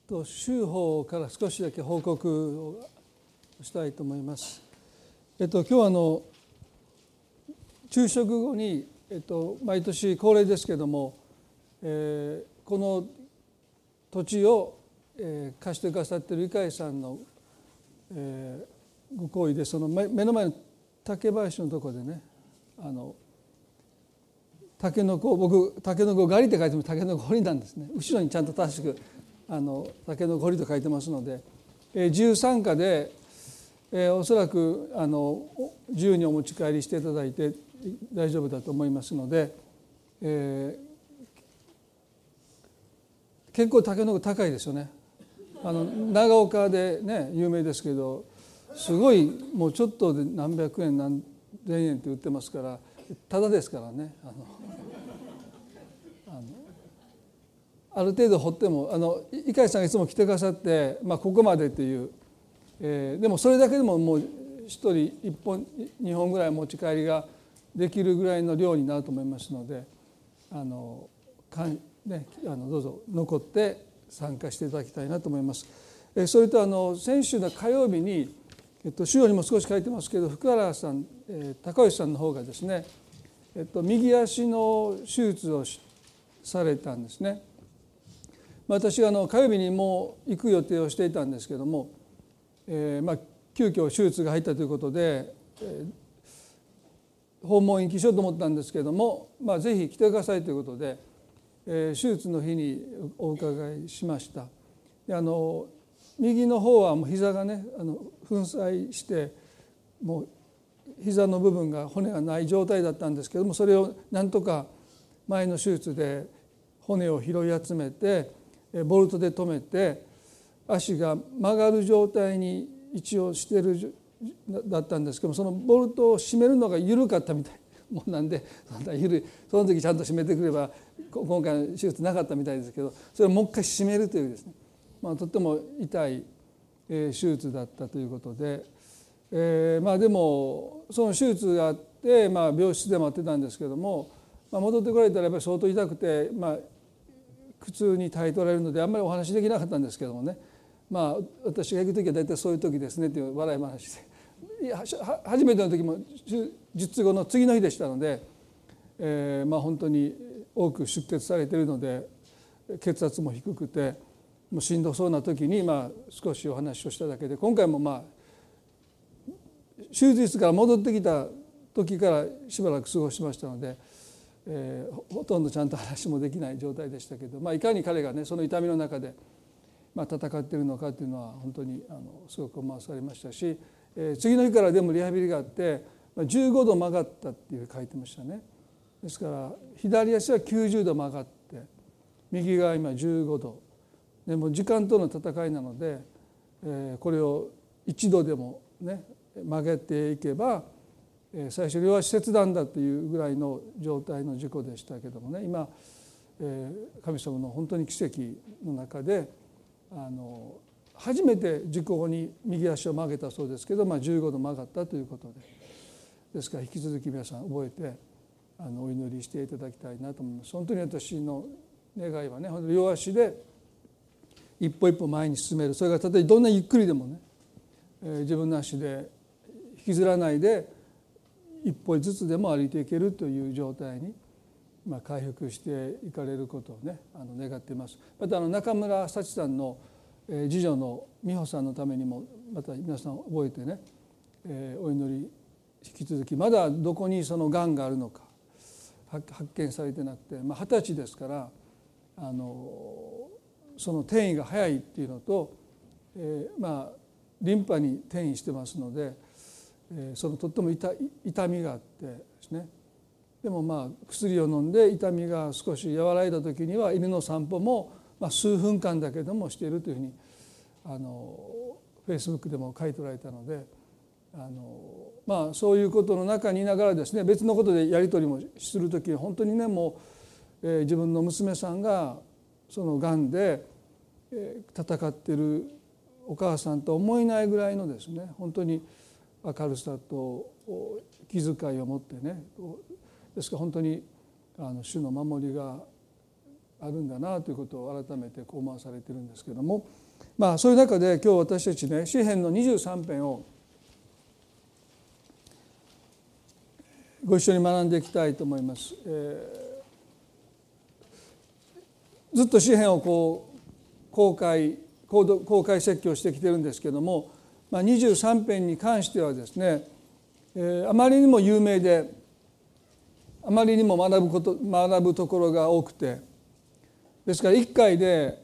週報から少しだけ報告をしたいと思います。今日は昼食後に、毎年恒例ですけども、この土地を、貸してくださっている井海さんの、ご厚意でその目の前の竹林のところでね、タケノコ、僕タケノコ狩りって書いてもタケノコ掘りなんですね。後ろにちゃんと正しくタケノコ掘りと書いてますので、自由参加で、おそらく自由にお持ち帰りしていただいて大丈夫だと思いますので、結構タケノコ高いですよね。長岡でね有名ですけど、すごいもうちょっとで何百円何千円って売ってますから、ただですからね。ある程度掘っても井海さんがいつも来てくださって、ここまでという、でもそれだけでももう1人1本2本ぐらい持ち帰りができるぐらいの量になると思いますので、どうぞ残って参加していただきたいなと思います。それと先週の火曜日に、資料にも少し書いてますけど、福原さん、高吉さんの方がですね、右足の手術をされたんですね。私が火曜日にもう行く予定をしていたんですけども、急遽手術が入ったということで、訪問延期しようと思ったんですけども、ぜひ来てくださいということで、手術の日にお伺いしました。で右の方はもう膝がね粉砕してもう膝の部分が骨がない状態だったんですけども、それをなんとか前の手術で骨を拾い集めてボルトで留めて、足が曲がる状態に一応してるだったんですけども、そのボルトを締めるのが緩かったみたいもんなんで、その時ちゃんと締めてくれば今回の手術なかったみたいですけど、それをもう一回締めるというですね、とっても痛い手術だったということで、でもその手術があって、病室で待ってたんですけども、戻ってこられたらやっぱり相当痛くて、苦痛に耐え取られるのであんまりお話できなかったんですけどもね、私が行く時は大体そういう時ですねという笑い話で、初めての時も術後の次の日でしたので、本当に多く出血されているので血圧も低くてもうしんどそうな時に少しお話をしただけで、今回も手術室から戻ってきた時からしばらく過ごしましたので、ほとんどちゃんと話もできない状態でしたけど、いかに彼がねその痛みの中で戦っているのかというのは本当にすごく思わされましたし、次の日からでもリハビリがあって15度曲がったっていう書いてましたね。ですから左足は90度曲がって右が今15度で、も時間との戦いなので、これを1度でもね曲げていけば最初両足切断だというぐらいの状態の事故でしたけどもね、今神様の本当に奇跡の中で初めて事故後に右足を曲げたそうですけど、15度曲がったということで、ですから引き続き皆さん覚えてお祈りしていただきたいなと思います。本当に私の願いはね、両足で一歩一歩前に進める、それがたとえどんなゆっくりでもね、自分の足で引きずらないで一歩ずつでも歩いていけるという状態に回復していかれることをね願っています。また中村幸さんの次女の美穂さんのためにもまた皆さん覚えてね、お祈り引き続き、まだどこにそのがんがあるのか発見されてなくて、20歳ですからその転移が早いっていうのと、リンパに転移してますので、そのとっても痛みがあってですね、でも薬を飲んで痛みが少し和らいだ時には犬の散歩も数分間だけどもしているというふうにフェイスブックでも書いておられたので、そういうことの中にいながらですね、別のことでやり取りもする時に本当にねもう、自分の娘さんがそのがんで、戦っているお母さんと思えないぐらいのですね本当に明るさと気遣いを持ってね、ですから本当に主の守りがあるんだなということを改めて思わされているんですけれども、そういう中で今日私たちね、詩編の23編をご一緒に学んでいきたいと思います。ずっと詩編を公開説教してきてるんですけれども、23編に関してはですね、あまりにも有名であまりにも学ぶところが多くて、ですから1回で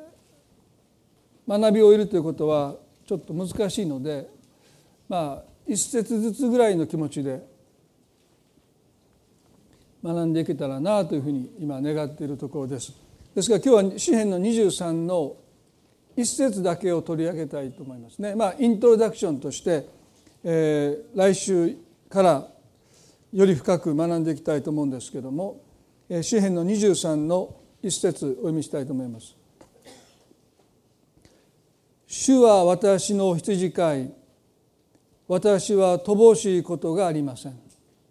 学びを得るということはちょっと難しいので、一節ずつぐらいの気持ちで学んでいけたらなというふうに今願っているところです。ですから今日は詩編の23の一節だけを取り上げたいと思いますね。イントロダクションとして、来週からより深く学んでいきたいと思うんですけれども、詩編の23の一節お読みしたいと思います。主は私の羊飼い、私は乏しいことがありません。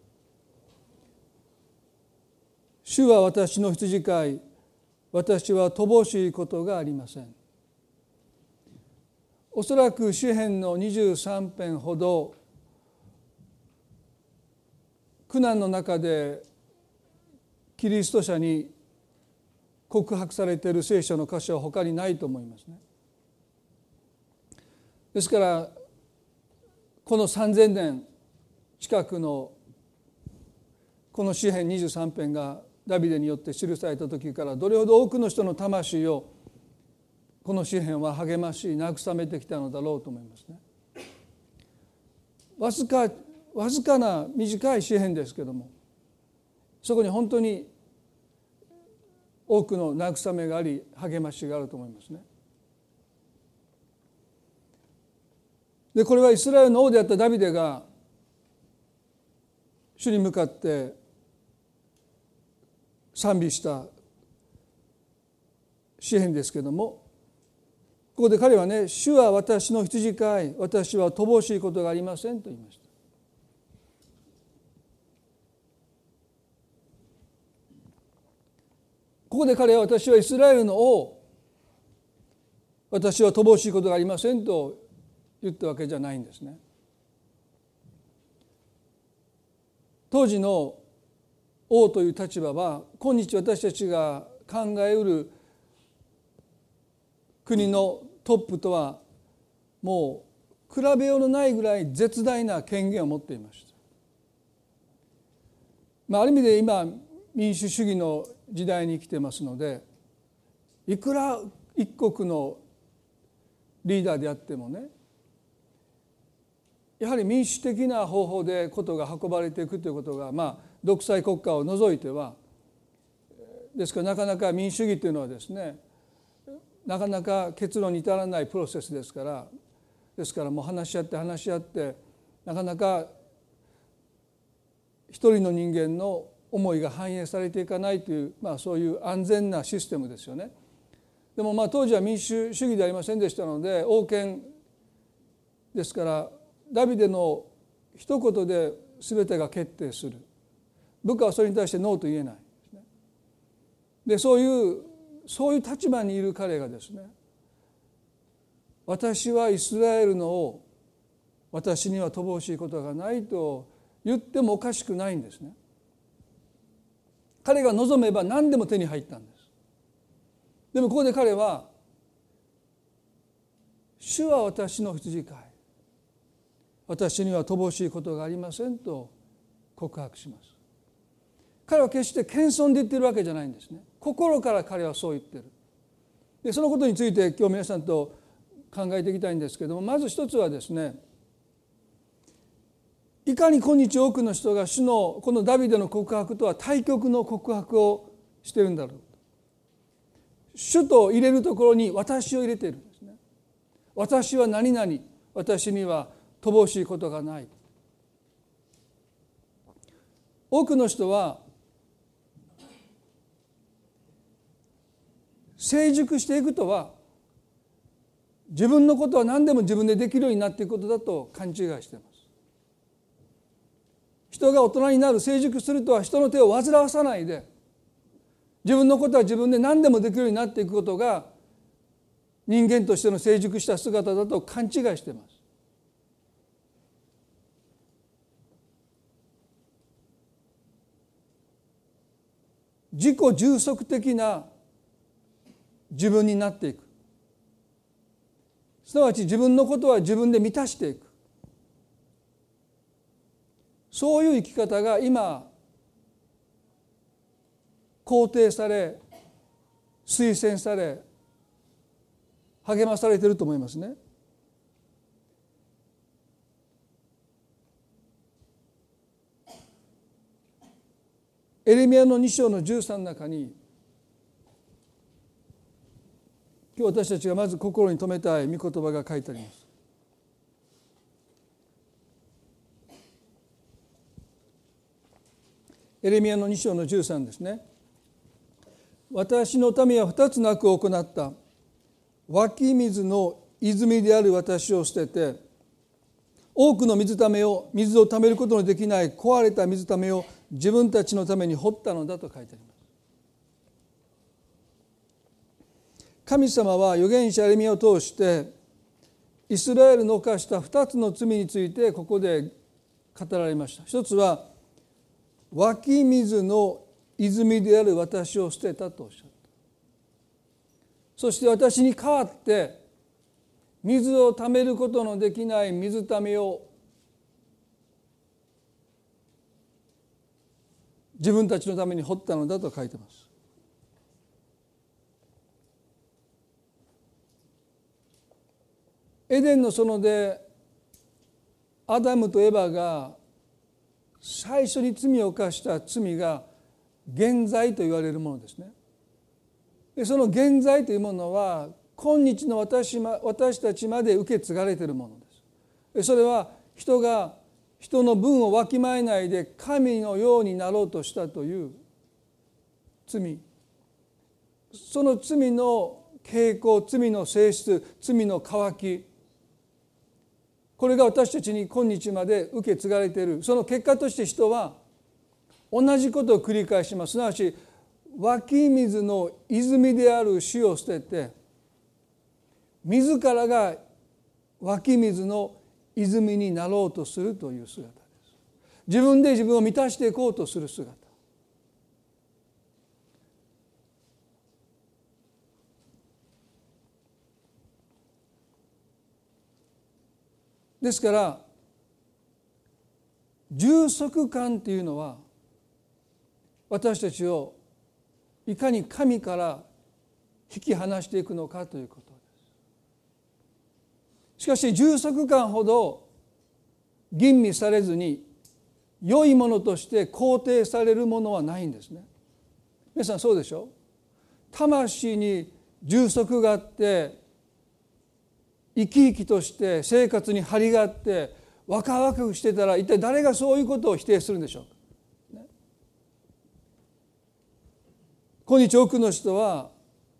主は私の羊飼い、私は乏しいことがありません。おそらく詩編の23編ほど苦難の中でキリスト者に告白されている聖書の箇所は他にないと思いますね。ですからこの3000年近くのこの詩編23編がダビデによって記された時からどれほど多くの人の魂をこの詩編は励まし慰めてきたのだろうと思いますね。わずかな短い詩編ですけども、そこに本当に多くの慰めがあり励ましがあると思いますね。でこれはイスラエルの王であったダビデが主に向かって賛美した詩編ですけれども、ここで彼はね、主は私の羊飼い、私は乏しいことがありませんと言いました。ここで彼は私はイスラエルの王、私は乏しいことがありませんと言ったわけじゃないんですね。当時の王という立場は今日私たちが考えうる国のトップとはもう比べようのないぐらい絶大な権限を持っていました。ある意味で今民主主義の時代に生きてますので、いくら一国のリーダーであってもね、やはり民主的な方法で事が運ばれていくということが、独裁国家を除いてはですから、なかなか民主主義というのはですね、なかなか結論に至らないプロセスですから、もう話し合ってなかなか一人の人間の思いが反映されていかないという、そういう安全なシステムですよね。でも当時は民主主義でありませんでしたので、王権ですからダビデの一言で全てが決定する。部下はそれに対してノーと言えないで、そういう立場にいる彼がですね、私はイスラエルの王、私には乏しいことがないと言ってもおかしくないんですね。彼が望めば何でも手に入ったんです。でもここで彼は、主は私の羊飼い、私には乏しいことがありませんと告白します。彼は決して謙遜で言ってるわけじゃないんですね。心から彼はそう言ってる。でそのことについて今日皆さんと考えていきたいんですけども、まず一つはですね、いかに今日多くの人が主のこのダビデの告白とは対極の告白をしているんだろう。主と入れるところに私を入れているんですね。私は何々、私には乏しいことがない。多くの人は成熟していくとは自分のことは何でも自分でできるようになっていくことだと勘違いしています。人が大人になる、成熟するとは人の手を煩わさないで自分のことは自分で何でもできるようになっていくことが人間としての成熟した姿だと勘違いしています。自己充足的な自分になっていく。すなわち自分のことは自分で満たしていく。そういう生き方が今肯定され推薦され励まされていると思いますね。エレミヤの2章の13の中に、今日私たちがまず心に留めたい御言葉が書いてあります。エレミヤの2章の13ですね。私の民は2つの悪を行った。湧き水の泉である私を捨てて、多くの水をためることのできない壊れた水ためを自分たちのために掘ったのだと書いてあります。神様は預言者エレミヤを通してイスラエルの犯した2つの罪についてここで語られました。一つは湧き水の泉である私を捨てたとおっしゃった。そして私に代わって水をためることのできない水ためを自分たちのために掘ったのだと書いてます。エデンの園でアダムとエバが最初に罪を犯した罪が原罪と言われるものですね。でその原罪というものは今日の私たちまで受け継がれているものです。それは人が人の分をわきまえないで神のようになろうとしたという罪、その罪の傾向、罪の性質、罪の渇き、これが私たちに今日まで受け継がれている。その結果として人は同じことを繰り返します。すなわち湧き水の泉である主を捨てて、自らが湧き水の泉になろうとするという姿です。自分で自分を満たしていこうとする姿。ですから充足感というのは私たちをいかに神から引き離していくのかということです。しかし充足感ほど吟味されずに良いものとして肯定されるものはないんですね。皆さんそうでしょ。魂に充足があって生き生きとして生活に張りがあってワクワクしてたら一体誰がそういうことを否定するんでしょうか。今日多くの人は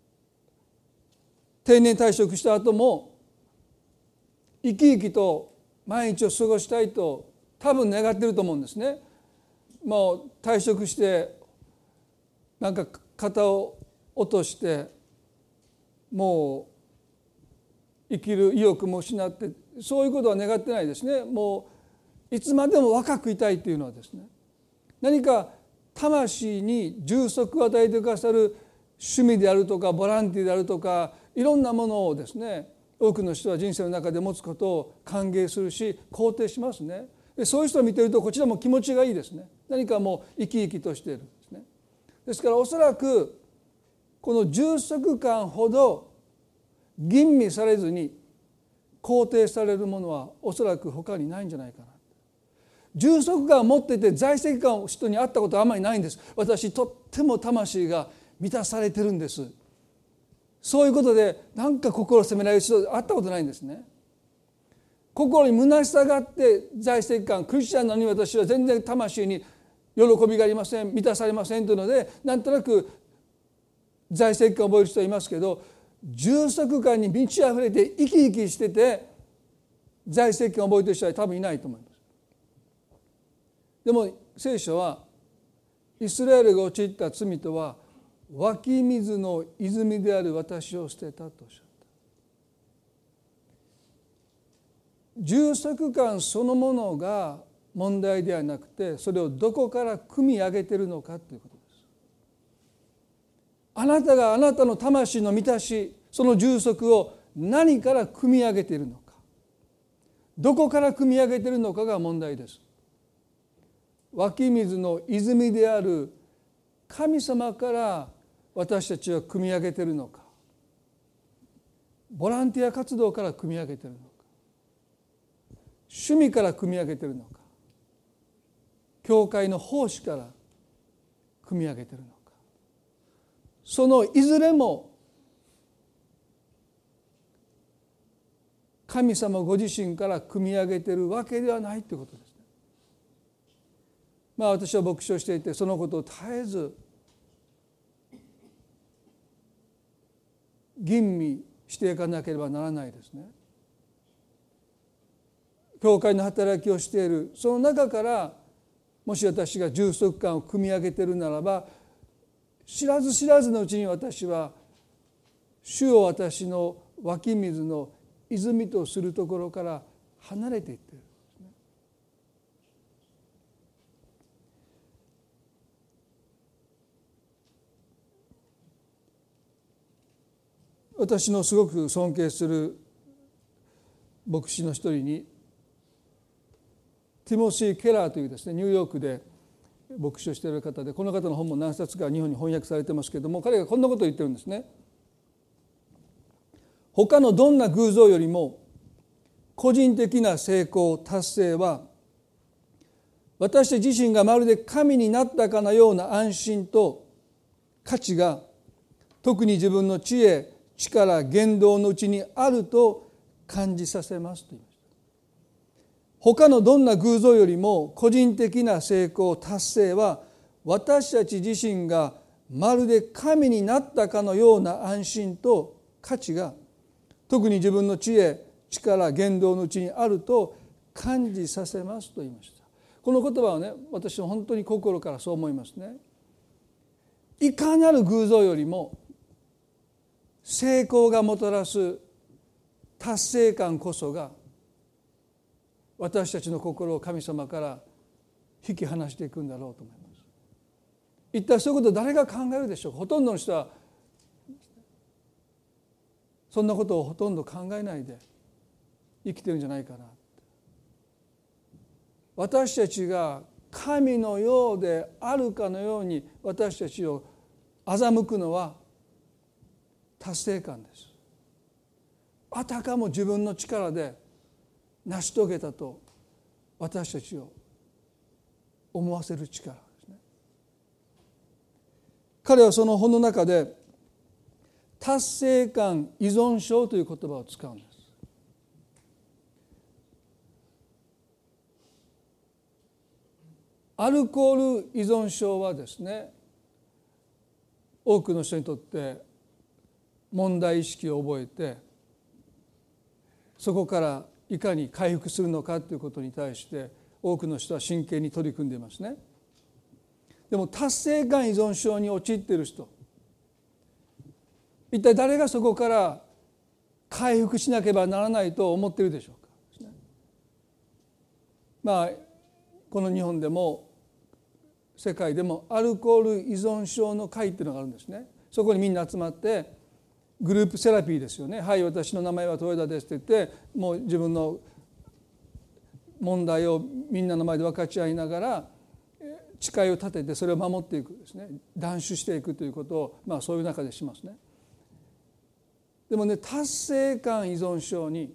定年退職した後も生き生きと毎日を過ごしたいと多分願っていると思うんですね。もう退職してなんか肩を落としてもう生きる意欲も失って、そういうことは願ってないですね。もういつまでも若くいたいというのはですね、何か魂に充足を与えてくださる趣味であるとかボランティアであるとかいろんなものをですね、多くの人は人生の中で持つことを歓迎するし肯定しますね。でそういう人を見ているとこちらも気持ちがいいですね。何かもう生き生きとしているんですね。ですからおそらくこの充足感ほど吟味されずに肯定されるものはおそらく他にないんじゃないかな。充足感を持っていて在籍感を人に会ったことはあんまりないんです。私とっても魂が満たされてるんです。そういうことでなんか心を責められる人会ったことないんですね。心に虚しさがあって在籍感、クリスチャンなのに私は全然魂に喜びがありません、満たされませんというのでなんとなく在籍感を覚える人はいますけど、充足感に満ち溢れて生き生きしてて在籍感を覚えている人は多分いないと思います。でも聖書はイスラエルが陥った罪とは湧き水の泉である私を捨てたとおっしゃった。充足感そのものが問題ではなくて、それをどこから汲み上げているのかということです。あなたがあなたの魂の満たし、その充足を何から汲み上げているのか、どこから汲み上げているのかが問題です。湧き水の泉である神様から私たちは汲み上げているのか、ボランティア活動から汲み上げているのか、趣味から汲み上げているのか、教会の奉仕から汲み上げているのか、そのいずれも神様ご自身から汲み上げているわけではないということですね。私は牧師をしていて、そのことを絶えず吟味していかなければならないですね。教会の働きをしているその中から、もし私が充足感を汲み上げているならば、知らず知らずのうちに私は主を私の湧き水の泉とするところから離れていっているんですね。私のすごく尊敬する牧師の一人にティモシー・ケラーというですね、ニューヨークで牧師をしている方で、この方の本も何冊か日本に翻訳されてますけれども、彼がこんなことを言ってるんですね。他のどんな偶像よりも個人的な成功達成は、私たち自身がまるで神になったかのような安心と価値が、特に自分の知恵、力、言動のうちにあると感じさせますと言いました。他のどんな偶像よりも個人的な成功達成は、私たち自身がまるで神になったかのような安心と価値が、特に自分の知恵、力、言動のうちにあると感じさせますと言いました。この言葉はね、私は本当に心からそう思いますね。いかなる偶像よりも成功がもたらす達成感こそが、私たちの心を神様から引き離していくんだろうと思います。一体そういうことを誰が考えるでしょうか。ほとんどの人はそんなことをほとんど考えないで生きてるんじゃないかな。私たちが神のようであるかのように私たちを欺くのは達成感です。あたかも自分の力で成し遂げたと私たちを思わせる力ですね。彼はその本の中で達成感依存症という言葉を使うんです。アルコール依存症はですね、多くの人にとって問題意識を覚えて、そこからいかに回復するのかということに対して多くの人は真剣に取り組んでいますね。でも達成感依存症に陥っている人、一体誰がそこから回復しなければならないと思っているでしょうか。この日本でも世界でもアルコール依存症の会っていうのがあるんですね。そこにみんな集まってグループセラピーですよね。はい、私の名前は豊田ですって言って、もう自分の問題をみんなの前で分かち合いながら誓いを立ててそれを守っていくですね、断酒していくということをそういう中でしますね。でもね、達成感依存症に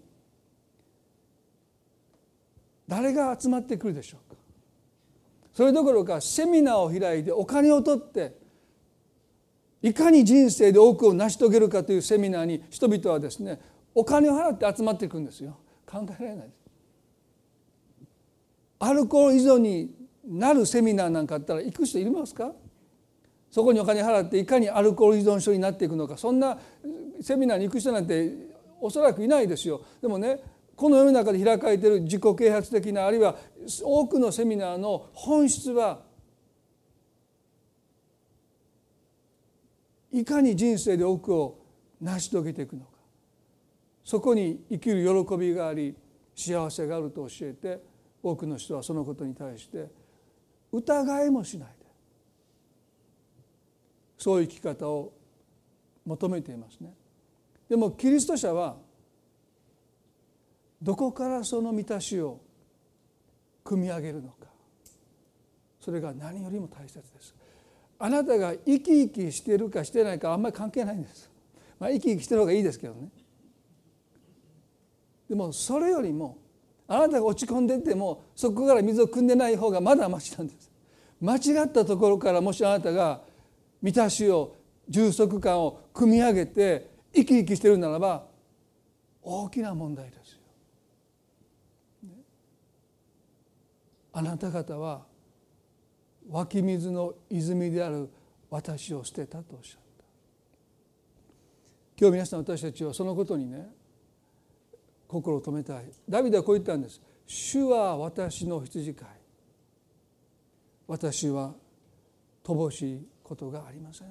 誰が集まってくるでしょうか。それどころかセミナーを開いてお金を取っていかに人生で多くを成し遂げるかというセミナーに人々はですね、お金を払って集まっていくんですよ。考えられないです。アルコール依存になるセミナーなんかあったら行く人いますか。そこにお金払っていかにアルコール依存症になっていくのか、そんなセミナーに行く人なんておそらくいないですよ。でもね、この世の中で開かれている自己啓発的な、あるいは多くのセミナーの本質はいかに人生で多くを成し遂げていくのか、そこに生きる喜びがあり幸せがあると教えて、多くの人はそのことに対して疑いもしないでそういう生き方を求めていますね。でもキリスト者はどこからその満たしを組み上げるのか、それが何よりも大切です。あなたが生き生きしているかしてないかあんまり関係ないんです。生き生きしてる方がいいですけどね。でもそれよりもあなたが落ち込んでいてもそこから水を汲んでない方がまだマシなんです。間違ったところからもしあなたが満たしを充足感を汲み上げて生き生きしているならば大きな問題ですよ。あなた方は湧き水の泉である私を捨てたとおっしゃった。今日皆さん私たちはそのことにね心を止めたい。ダビデはこう言ったんです。主は私の羊飼い、私は乏しいことがありません。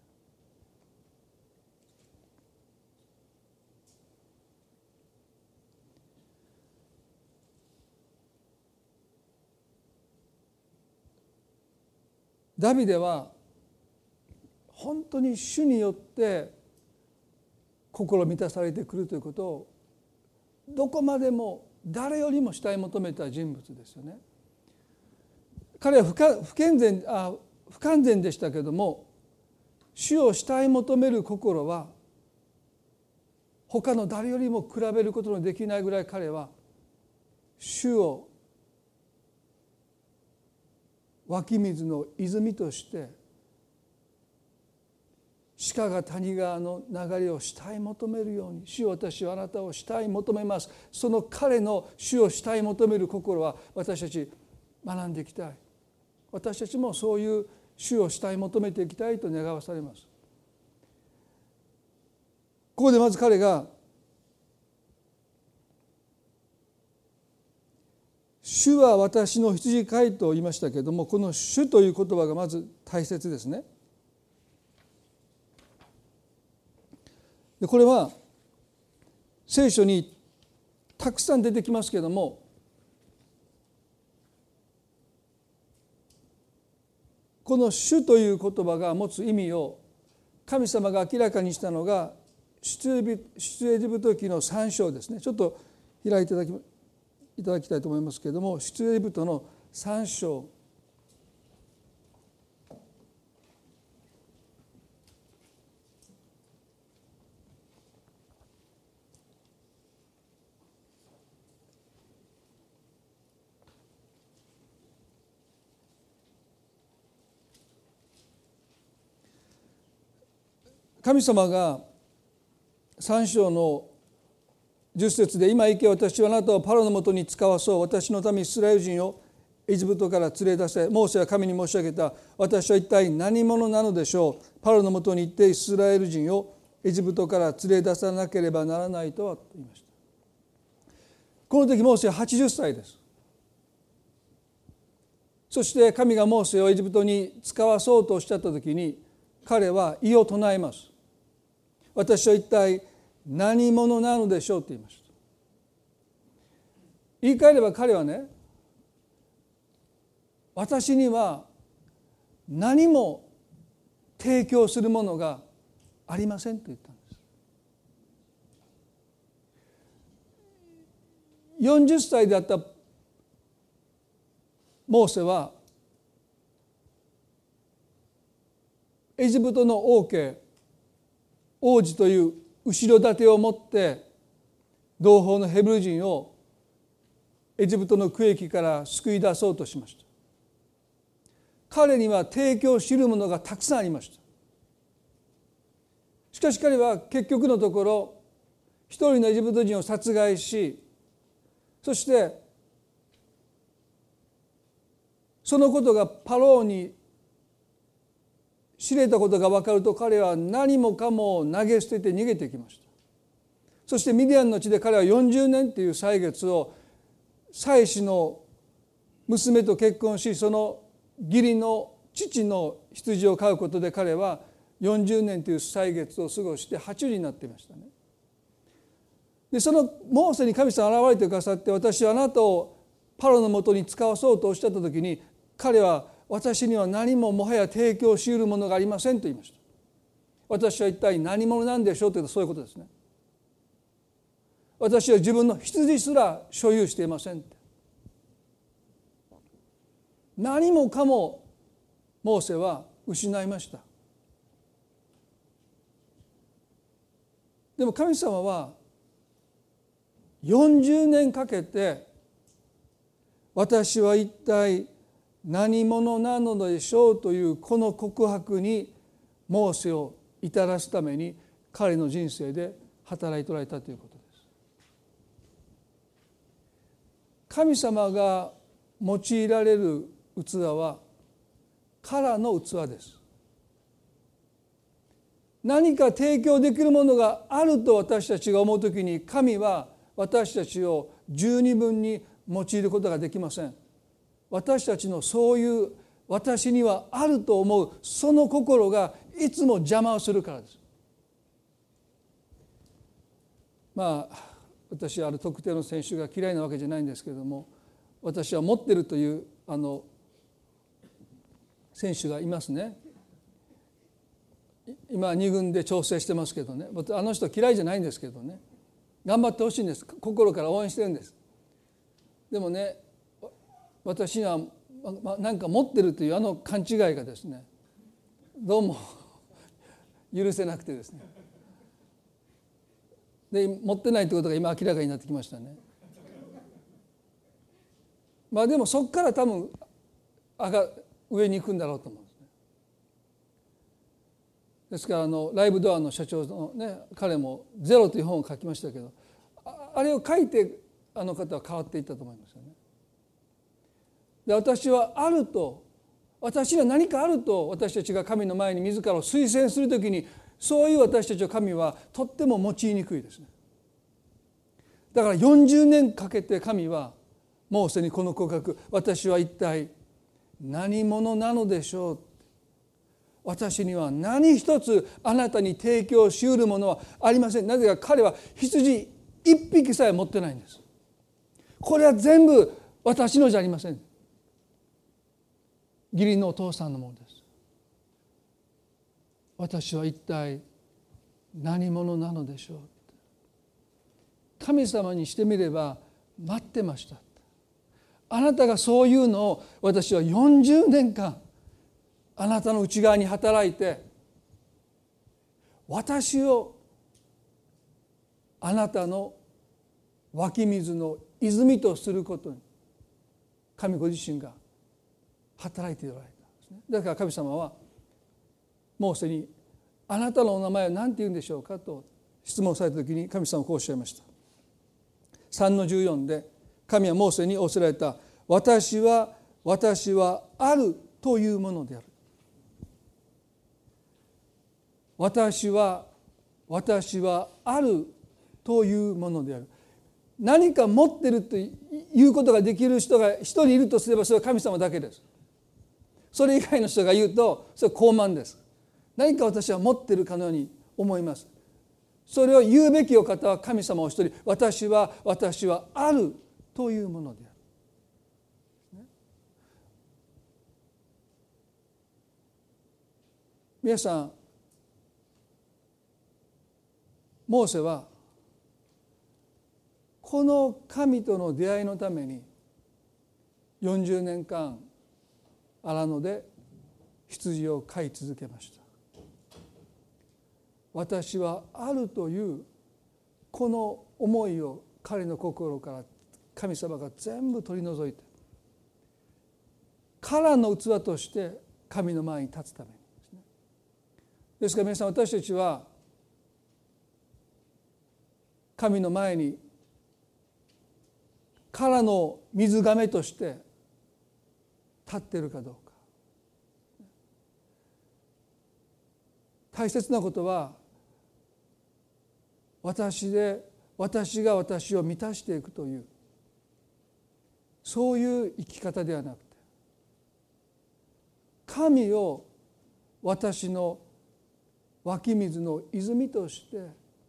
ダビデは本当に主によって心満たされてくるということをどこまでも誰よりも慕い求めた人物ですよね。彼は不完全でしたけれども、主を慕い求める心は他の誰よりも比べることのできないぐらい彼は主を湧き水の泉として鹿が谷川の流れを慕い求めるように、主よ私はあなたを慕い求めます。その彼の主を慕い求める心は私たち学んでいきたい。私たちもそういう主を慕い求めていきたいと願わされます。ここでまず彼が主は私の羊飼いと言いましたけれども、この主という言葉がまず大切ですね。でこれは聖書にたくさん出てきますけれども、この主という言葉が持つ意味を神様が明らかにしたのが出エジプト記の3章ですね。ちょっと開いていただきたいと思いますけれども、出エジプトの3章神様が3章の10節で、今行け、私はあなたをパロのもとに使わそう。私の民イスラエル人をエジプトから連れ出せ。モーセは神に申し上げた。私は一体何者なのでしょう。パロのもとに行ってイスラエル人をエジプトから連れ出さなければならないとはと言いました。この時モーセは80歳です。そして神がモーセをエジプトに使わそうとおっしゃった時に、彼は異を唱えます。私は一体何者なのでしょうと言いました。言い換えれば彼はね、私には何も提供するものがありませんと言ったんです。40歳であったモーセはエジプトの王家王子という後ろ盾を持って同胞のヘブル人をエジプトの苦役から救い出そうとしました。彼には提供しるものがたくさんありました。しかし彼は結局のところ一人のエジプト人を殺害し、そしてそのことがパローに知れたことが分かると、彼は何もかも投げ捨てて逃げてきました。そしてミディアンの地で彼は40年という歳月を妻子の娘と結婚し、その義理の父の羊を飼うことで彼は 40年という歳月を過ごして80になっていましたね。でそのモーセに神様が現れてくださって、私はあなたをパロのもとに使わそうとおっしゃった時に、彼は私には何ももはや提供し得るものがありませんと言いました。私は一体何者なんでしょうというと、そういうことですね。私は自分の羊すら所有していませんって。何もかもモーセは失いました。でも神様は40年かけて、私は一体何者なのでしょうというこの告白にモーセを至らすために彼の人生で働いておられたということです。神様が用いられる器は空の器です。何か提供できるものがあると私たちが思うときに、神は私たちを十二分に用いることができません。私たちのそういう私にはあると思うその心がいつも邪魔をするからです。私はある特定の選手が嫌いなわけじゃないんですけれども、私は持ってるという選手がいますね。今2軍で調整してますけどね、あの人嫌いじゃないんですけどね、頑張ってほしいんです。心から応援してるんです。でもね、私には何か持ってるという勘違いがですね、どうも許せなくてですね、で持ってないということが今明らかになってきましたね。でもそこから多分上に行くんだろうと思うんですね。ですからライブドアの社長のね、彼もゼロという本を書きましたけど、あれを書いてあの方は変わっていったと思いますよね。で、私はあると、私には何かあると私たちが神の前に自らを推薦するときに、そういう私たちを神はとっても用いにくいですね。だから40年かけて神はモーセにこの告白、私は一体何者なのでしょう、私には何一つあなたに提供し得るものはありません。なぜか彼は羊一匹さえ持ってないんです。これは全部私のじゃありません。義理のお父さんのものです。私は一体何者なのでしょう。神様にしてみれば待ってました。あなたがそういうのを私は40年間あなたの内側に働いて、私をあなたの湧き水の泉とすることに神ご自身が働いておられたんですね。だから神様はモーセに、あなたのお名前は何て言うんでしょうかと質問された時に、神様はこうおっしゃいました。3-14で神はモーセに仰せられた。私はあるというものである。私はあるというものである。何か持ってるということができる人が一人いるとすれば、それは神様だけです。それ以外の人が言うとそれは傲慢です。何か私は持ってるかのように思います。それを言うべきお方は神様お一人。私はあるというものである。皆さん、モーセはこの神との出会いのために40年間荒野で羊を飼い続けました。私はあるというこの思いを彼の心から神様が全部取り除いて、空の器として神の前に立つためにですね。ですから皆さん、私たちは神の前に空の水がめとして立っているかどうか。大切なことは、私が私を満たしていくという、そういう生き方ではなくて、神を私の湧き水の泉として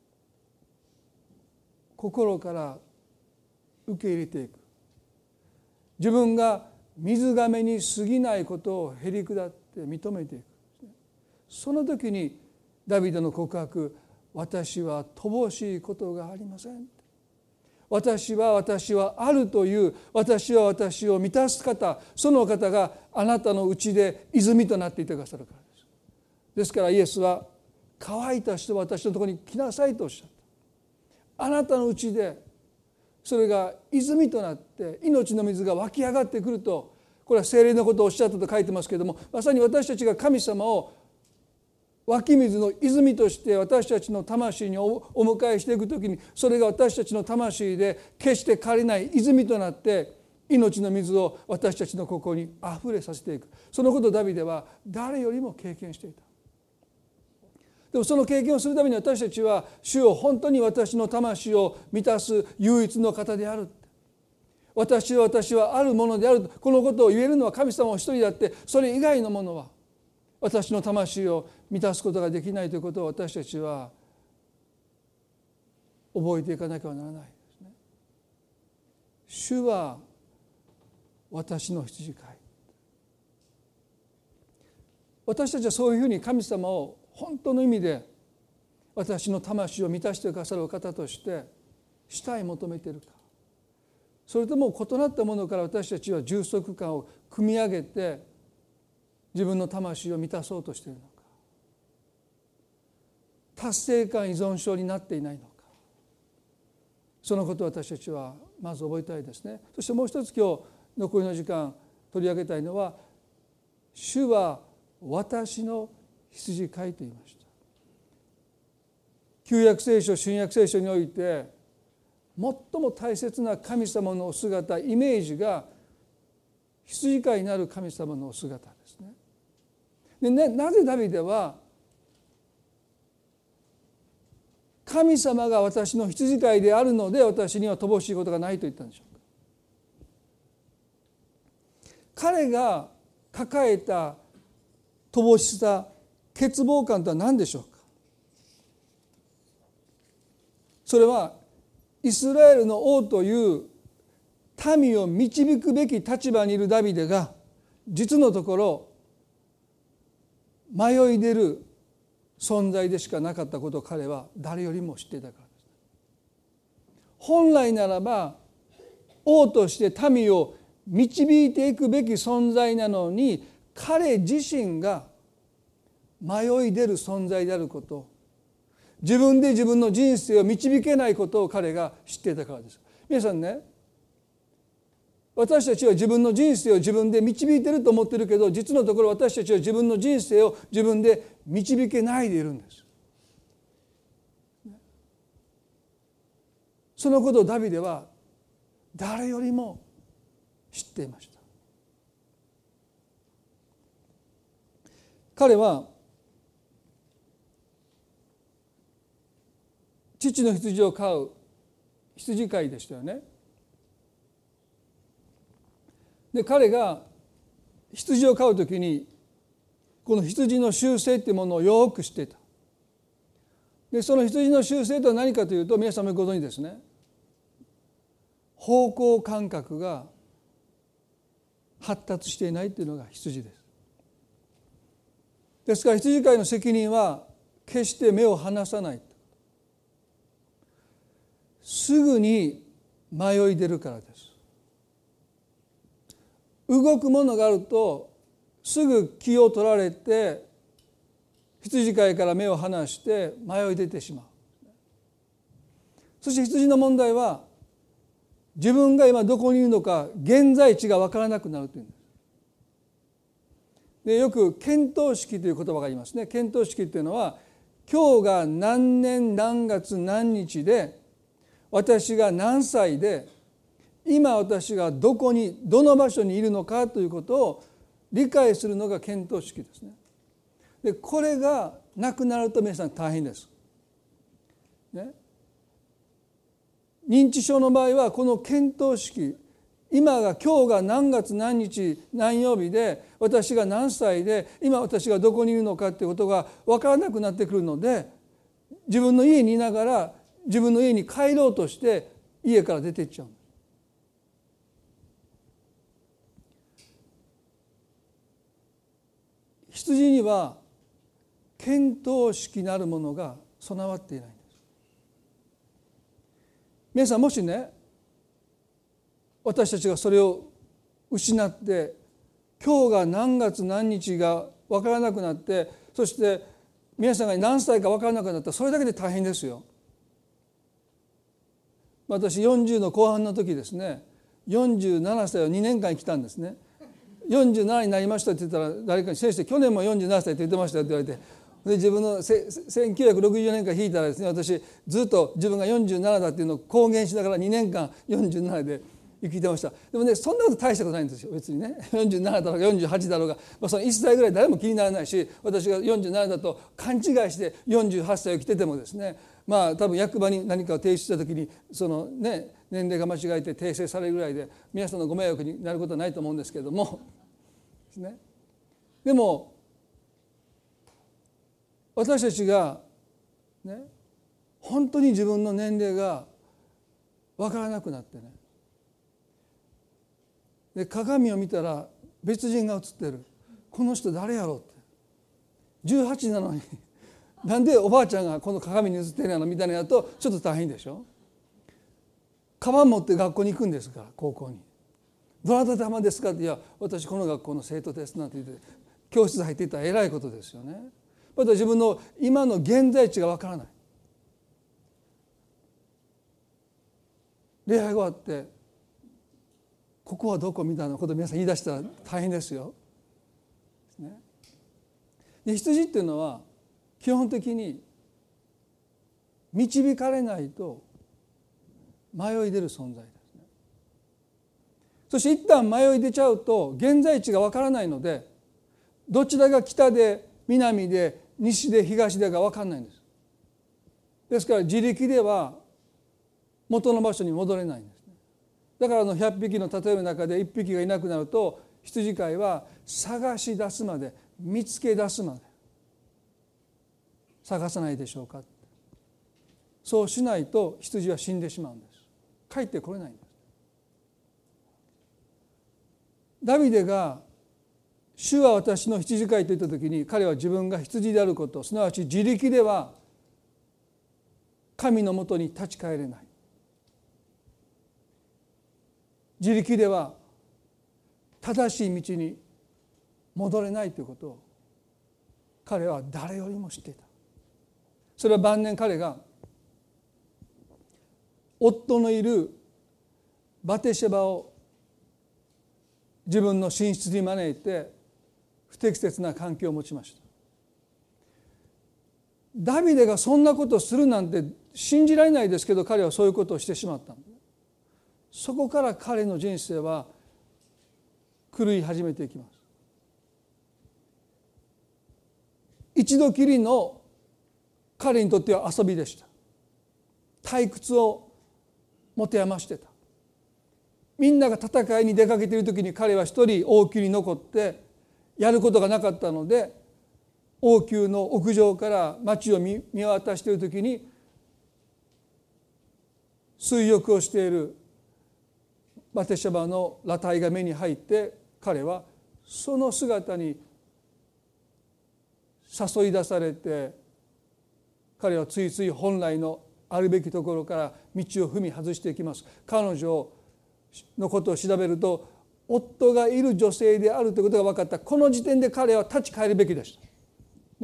心から受け入れていく。自分が水がめに過ぎないことをへり下って認めていく。その時にダビデの告白、私は乏しいことがありません。私はあるという、私は私を満たす方、その方があなたのうちで泉となっていてくださるからです。ですからイエスは、乾いた人は私のところに来なさいとおっしゃった。あなたのうちでそれが泉となって命の水が湧き上がってくると、これは聖霊のことをおっしゃったと書いてますけれども、まさに私たちが神様を湧き水の泉として私たちの魂にお迎えしていくときに、それが私たちの魂で決して枯れない泉となって命の水を私たちの心にあふれさせていく。そのことをダビデは誰よりも経験していた。でもその経験をするために私たちは、主よ本当に私の魂を満たす唯一の方である、私はあるものである、このことを言えるのは神様お一人であって、それ以外のものは私の魂を満たすことができないということを私たちは覚えていかなきゃならないですね。主は私の羊飼い。私たちはそういうふうに神様を本当の意味で私の魂を満たしてくださるお方として主い求めているか、それとも異なったものから私たちは充足感を組み上げて自分の魂を満たそうとしているのか、達成感依存症になっていないのか、そのことを私たちはまず覚えたいですね。そしてもう一つ今日残りの時間取り上げたいのは、主は私の羊飼いと言いました。旧約聖書、新約聖書において最も大切な神様のお姿、イメージが羊飼いになる神様のお姿ですね。で、なぜダビデは神様が私の羊飼いであるので私には乏しいことがないと言ったんでしょうか。彼が抱えた乏しさ、欠乏感とは何でしょうか。それはイスラエルの王という民を導くべき立場にいるダビデが実のところ迷い出る存在でしかなかったことを彼は誰よりも知っていたからです。本来ならば王として民を導いていくべき存在なのに、彼自身が迷い出る存在であること、自分で自分の人生を導けないことを彼が知っていたからです。皆さんね、私たちは自分の人生を自分で導いていると思っているけど、実のところ私たちは自分の人生を自分で導けないでいるんです。そのことをダビデは誰よりも知っていました。彼は父の羊を飼う羊飼いでしたよね。で、彼が羊を飼うときにこの羊の習性っていうものをよく知っていた。で、その羊の習性とは何かというと、皆さんもご存知ですね。方向感覚が発達していないというのが羊です。ですから羊飼いの責任は決して目を離さない。すぐに迷い出るからです。動くものがあるとすぐ気を取られて羊飼いから目を離して迷い出てしまう。そして羊の問題は自分が今どこにいるのか現在地が分からなくなるというんです。で、よく見当識という言葉がありますね。見当識というのは、今日が何年何月何日で私が何歳で今私がどこにどの場所にいるのかということを理解するのが見当識ですね。で、これがなくなると皆さん大変です、ね。認知症の場合はこの見当識、 今日が何月何日何曜日で私が何歳で今私がどこにいるのかということが分からなくなってくるので、自分の家にいながら自分の家に帰ろうとして家から出ていっちゃう。羊には見当識なるものが備わっていないんです。皆さん、もしね、私たちがそれを失って今日が何月何日が分からなくなって、そして皆さんが何歳か分からなくなったらそれだけで大変ですよ。私40の後半の時ですね、47歳を2年間生きたんですね。47になりましたって言ったら誰かに先生去年も47歳って言ってましたって言われて、で自分の1964年から引いたらですね、私ずっと自分が47だっていうのを公言しながら2年間47で生きてました。でもね、そんなこと大したことないんですよ別にね。47だろうが48だろうが、その1歳ぐらい誰も気にならないし、私が47だと勘違いして48歳を生きててもですね、多分役場に何かを提出した時にそのね年齢が間違えて訂正されるぐらいで皆さんのご迷惑になることはないと思うんですけれどもですね。でも私たちがね、本当に自分の年齢が分からなくなってね、で鏡を見たら別人が映ってる、この人誰やろうって18なのになんでおばあちゃんがこの鏡に映ってるのみたいなのやとちょっと大変でしょ。カバン持って学校に行くんですから、高校に。どなた様ですかって、いや私この学校の生徒ですなんて言って教室入っていったらえらいことですよね。また自分の今の現在地がわからない。礼拝が終わってここはどこみたいなことを皆さん言い出したら大変ですよ。で羊っていうのは基本的に導かれないと迷い出る存在ですね。そして一旦迷い出ちゃうと現在地がわからないので、どちらが北で南で西で東でか分かんないんです。ですから自力では元の場所に戻れないんですね。だから100匹の例えの中で1匹がいなくなると羊飼いは探し出すまで、見つけ出すまで探さないでしょうか。そうしないと羊は死んでしまうんです。帰ってこれないんです。ダビデが主は私の羊飼いと言った時に、彼は自分が羊であること、すなわち自力では神のもとに立ち返れない、自力では正しい道に戻れないということを彼は誰よりも知っていた。それは晩年彼が夫のいるバテシェバを自分の寝室に招いて不適切な関係を持ちました。ダビデがそんなことをするなんて信じられないですけど、彼はそういうことをしてしまった。そこから彼の人生は狂い始めていきます。一度きりの彼にとっては遊びでした。退屈を持て余してた。みんなが戦いに出かけている時に彼は一人王宮に残ってやることがなかったので、王宮の屋上から町を見渡している時に水浴をしているバテシェバの裸体が目に入って、彼はその姿に誘い出されて、彼はついつい本来のあるべきところから道を踏み外していきます。彼女のことを調べると、夫がいる女性であるということが分かった。この時点で彼は立ち返るべきでした、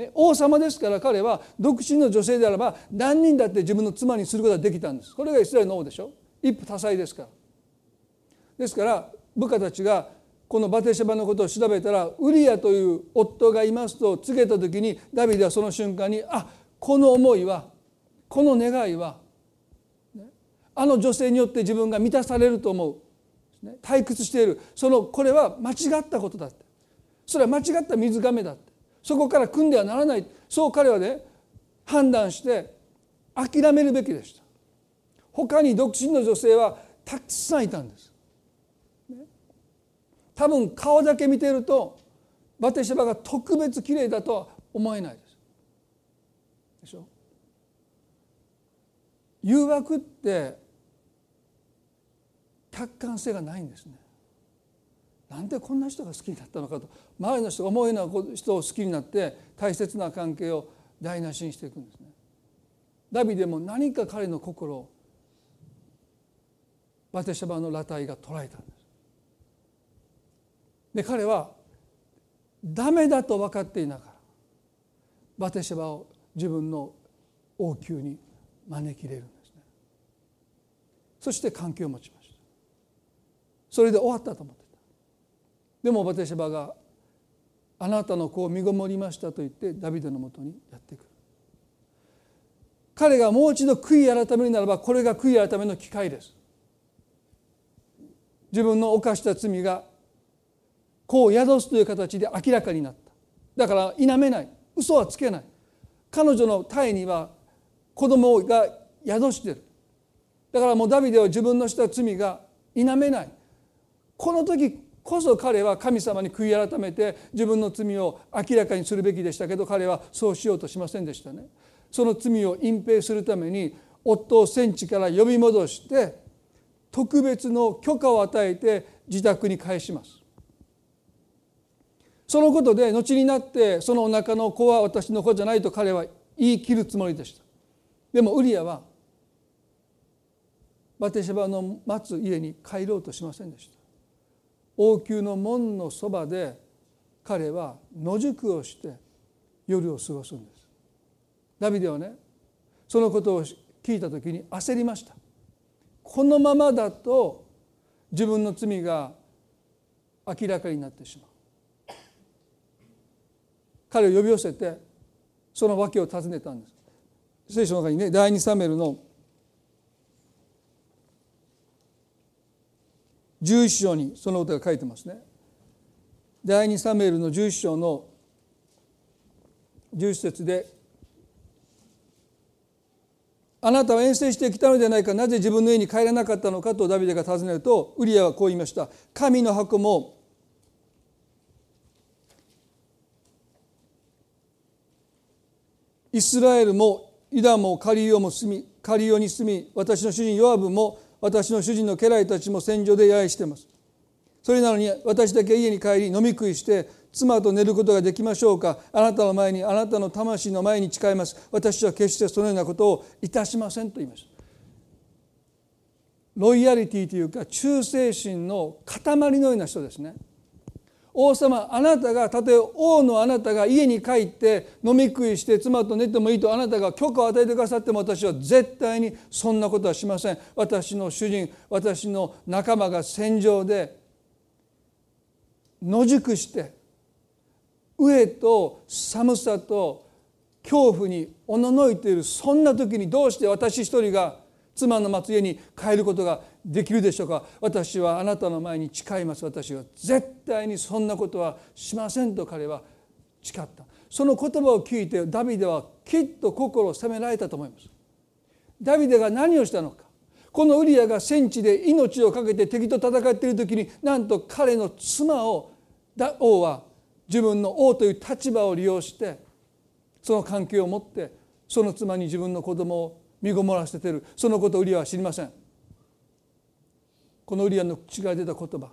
ね、王様ですから彼は独身の女性であれば何人だって自分の妻にすることができたんです。これがイスラエルの王でしょ。一夫多妻ですから。ですから部下たちがこのバテシェバのことを調べたら、ウリアという夫がいますと告げた時に、ダビデはその瞬間に、この思いは、この願いはあの女性によって自分が満たされると思う、退屈している、これは間違ったことだって、それは間違った水がめだって、そこから組んではならない、そう彼はね判断して諦めるべきでした。他に独身の女性はたくさんいたんです。 多分顔だけ見ているとバテシバが特別きれいだとは思えないです。でしょ。誘惑って客観性がないんですね。なんでこんな人が好きになったのかと、周りの人が思えない人を好きになって大切な関係を台無しにしていくんですね。ダビデも何か彼の心をバテシバの裸体が捉えたんです。で彼はダメだと分かっていながらバテシバを自分の王宮に招き入れるんですね。そして関係を持ちました。それで終わったと思ってた。でもバテシバがあなたの子を身ごもりましたと言ってダビデのもとにやってくる。彼がもう一度悔い改めるならばこれが悔い改めの機会です。自分の犯した罪が子を宿すという形で明らかになった。だから否めない、嘘はつけない。彼女の胎には子供が宿している。だからもうダビデは自分のした罪が否めない。この時こそ彼は神様に悔い改めて自分の罪を明らかにするべきでしたけど、彼はそうしようとしませんでしたね。その罪を隠蔽するために夫を戦地から呼び戻して特別の許可を与えて自宅に帰します。そのことで後になってそのお腹の子は私の子じゃないと彼は言い切るつもりでした。でもウリアはバテシバの待つ家に帰ろうとしませんでした。王宮の門のそばで彼は野宿をして夜を過ごすんです。ダビデはね、そのことを聞いた時に焦りました。このままだと自分の罪が明らかになってしまう。彼を呼び寄せてその訳を尋ねたんです。聖書の中にね、第2サムエルの11章にそのことが書いてますね。第2サムエルの11章の11節で、あなたは遠征してきたのではないか、なぜ自分の家に帰らなかったのかとダビデが尋ねると、ウリアはこう言いました。神の箱もイスラエルもユダもカリオに住み、私の主人ヨアブも私の主人の家来たちも戦場で野営しています。それなのに私だけ家に帰り飲み食いして妻と寝ることができましょうか。あなたの前に、あなたの魂の前に誓います。私は決してそのようなことをいたしませんと言いました。ロイヤリティというか忠誠心の塊のような人ですね。王様、あなたが、たとえ王のあなたが家に帰って飲み食いして妻と寝てもいいとあなたが許可を与えてくださっても、私は絶対にそんなことはしません。私の主人、私の仲間が戦場で野宿して飢えと寒さと恐怖におののいている、そんな時にどうして私一人が妻の待つ家に帰ることができるでしょうか。私はあなたの前に誓います。私は絶対にそんなことはしませんと彼は誓った。その言葉を聞いてダビデはきっと心を責められたと思います。ダビデが何をしたのか。このウリアが戦地で命を懸けて敵と戦っている時に、なんと彼の妻を王は自分の王という立場を利用してその関係を持ってその妻に自分の子供を身ごもらせている。そのことをウリアは知りません。このウリアの口から出た言葉、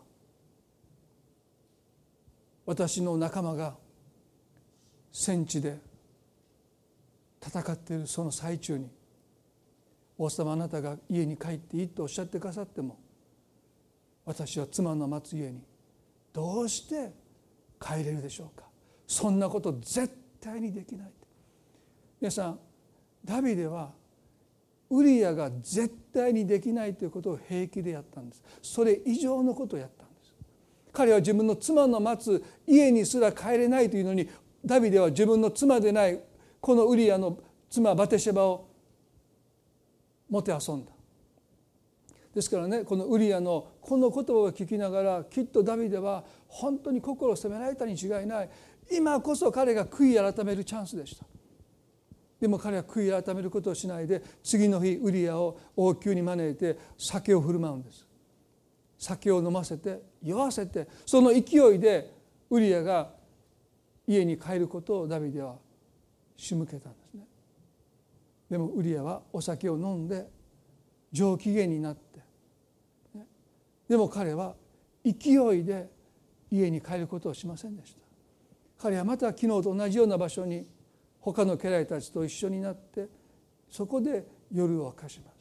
私の仲間が戦地で戦っているその最中に、王様、あなたが家に帰っていいとおっしゃってくださっても、私は妻の待つ家にどうして帰れるでしょうか。そんなこと絶対にできない。皆さん、ダビデはウリアが絶対にできないということを平気でやったんです。それ以上のことをやったんです。彼は自分の妻の待つ家にすら帰れないというのに、ダビデは自分の妻でないこのウリアの妻バテシェバをもてあそんだ。ですからね、このウリアのこの言葉を聞きながら、きっとダビデは本当に心を責められたに違いない。今こそ彼が悔い改めるチャンスでした。でも彼は悔い改めることをしないで、次の日ウリアを王宮に招いて酒を振る舞うんです。 酒を飲ませて酔わせて、その勢いでウリアが家に帰ることをダビデは仕向けたんですね。でもウリアはお酒を飲んで上機嫌になって、でも彼は勢いで家に帰ることをしませんでした。彼はまた昨日と同じような場所に他の家来たちと一緒になって、そこで夜を明かします。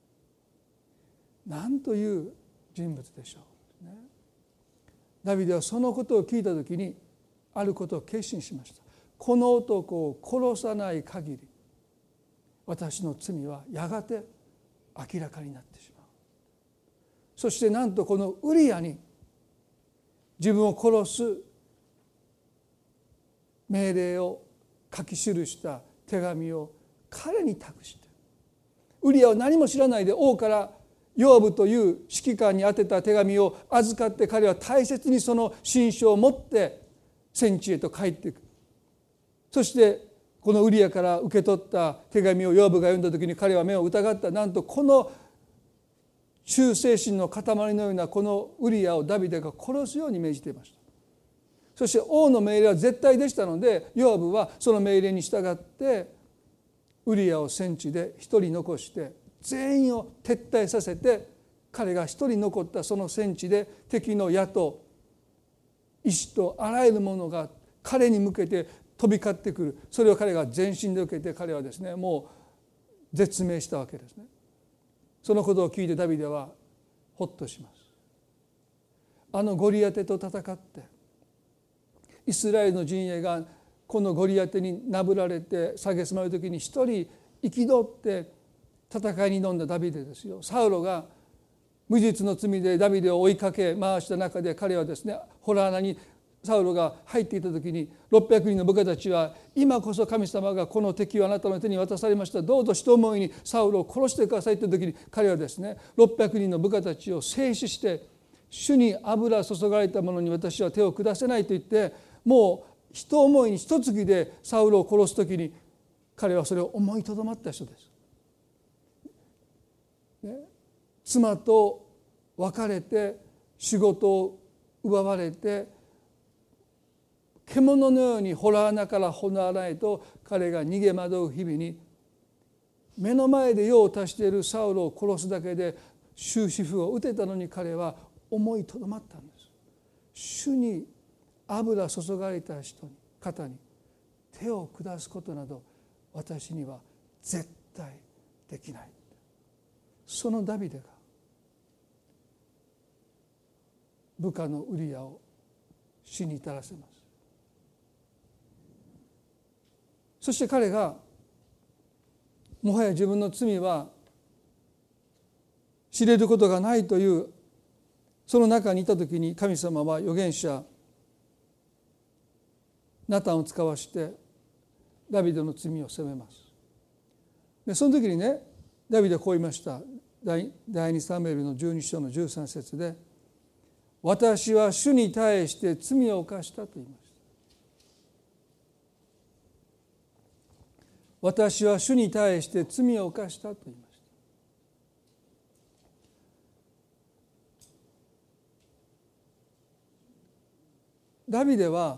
なんという人物でしょう、ね、ダビデはそのことを聞いたときにあることを決心しました。この男を殺さない限り私の罪はやがて明らかになってしまう。そしてなんとこのウリアに自分を殺す命令を書き記した手紙を彼に託して、ウリアは何も知らないで王からヨアブという指揮官に宛てた手紙を預かって、彼は大切にその信書を持って戦地へと帰っていく。そしてこのウリアから受け取った手紙をヨアブが読んだ時に彼は目を疑った。なんとこの忠誠心の塊のようなこのウリアをダビデが殺すように命じていました。そして王の命令は絶対でしたので、ヨアブはその命令に従ってウリアを戦地で一人残して全員を撤退させて、彼が一人残ったその戦地で敵の矢と石とあらゆるものが彼に向けて飛び交ってくる。それを彼が全身で受けて、彼はですねもう絶命したわけですね。そのことを聞いてダビデはほっとします。あのゴリアテと戦ってイスラエルの陣営がこのゴリアテになぶられて蔑まれる時に一人憤って戦いに挑んだダビデですよ。サウロが無実の罪でダビデを追いかけ回した中で、彼はですね洞穴にサウロが入っていた時に600人の部下たちは、今こそ神様がこの敵をあなたの手に渡されました、どうぞ一思いにサウロを殺してくださいという時に、彼はですね600人の部下たちを制止して、主に油注がれたものに私は手を下せないと言って、もう一思いに一突きでサウロを殺す時に彼はそれを思いとどまった人です、ね、妻と別れて仕事を奪われて獣のように洞穴から洞穴へと彼が逃げ惑う日々に、目の前で用を足しているサウロを殺すだけで終止符を打てたのに、彼は思いとどまったんです。主に油注がれた方に手を下すことなど私には絶対できない。そのダビデが部下のウリアを死に至らせます。そして彼がもはや自分の罪は知れることがないというその中にいた時に、神様は預言者ナタンを使わしてダビデの罪を責めます。でその時にね、ダビデはこう言いました。第2サムエルの12章の13節で、私は主に対して罪を犯したと言いました。私は主に対して罪を犯したと言いました。ダビデは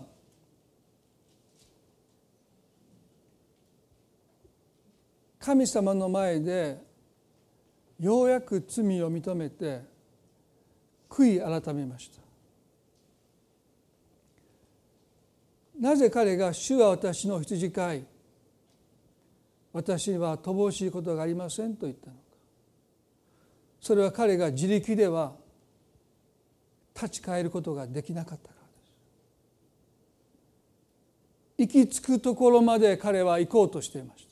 神様の前でようやく罪を認めて悔い改めました。なぜ彼が主は私の羊飼い、私は乏しいことがありませんと言ったのか。それは彼が自力では立ち返ることができなかったからです。行き着くところまで彼は行こうとしていました。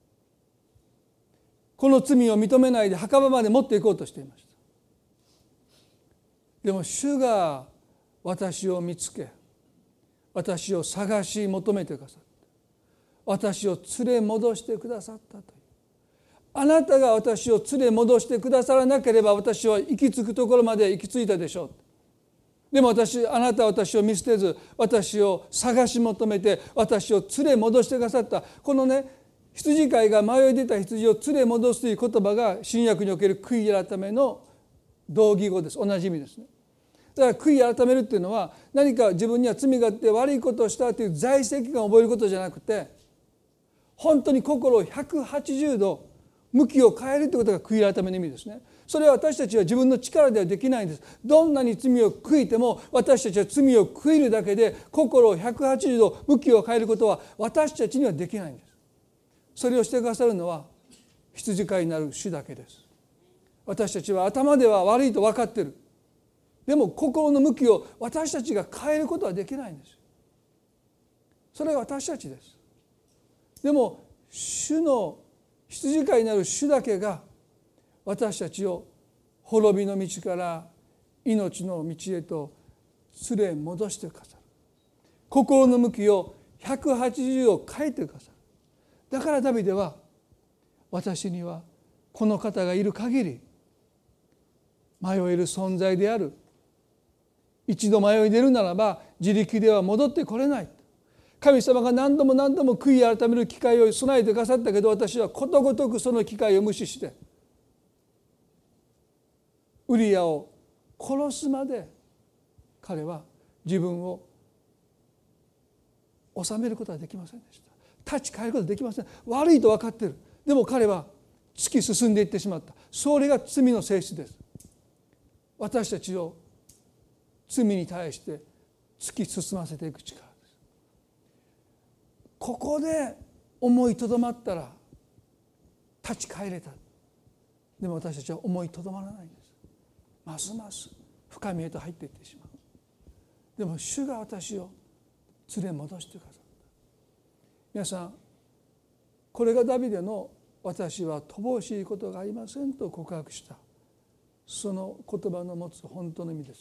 この罪を認めないで墓場まで持っていこうとしていました。でも主が私を見つけ、私を探し求めてくださった。私を連れ戻してくださったという。あなたが私を連れ戻してくださらなければ私は行き着くところまで行き着いたでしょう。でもあなたは私を見捨てず、私を探し求めて私を連れ戻してくださった。このね、羊飼いが迷い出た羊を連れ戻すという言葉が新約における悔い改めの同義語です。同じ意味ですね。だから悔い改めるっていうのは、何か自分には罪があって悪いことをしたという在籍感を覚えることじゃなくて、本当に心を180度向きを変えるということが悔い改めの意味ですね。それは私たちは自分の力ではできないんです。どんなに罪を悔いても、私たちは罪を悔いるだけで心を180度向きを変えることは私たちにはできないんです。それをしてくださるのは羊飼いになる主だけです。私たちは頭では悪いと分かっている。でも心の向きを私たちが変えることはできないんです。それが私たちです。でも主の羊飼いになる主だけが私たちを滅びの道から命の道へと連れ戻してくださる。心の向きを180度変えてくださる。だからダビデは、私にはこの方がいる限り迷える存在である。一度迷い出るならば自力では戻ってこれない。神様が何度も何度も悔い改める機会を備えてくださったけど、私はことごとくその機会を無視してウリヤを殺すまで彼は自分を収めることはできませんでした。立ち返ることはできません。悪いと分かっている。でも彼は突き進んでいってしまった。それが罪の性質です。私たちを罪に対して突き進ませていく力です。ここで思いとどまったら立ち返れた。でも私たちは思いとどまらないんです。ますます深みへと入っていってしまう。でも主が私を連れ戻してくださった。皆さん、これがダビデの私は乏しいことがありませんと告白したその言葉の持つ本当の意味です。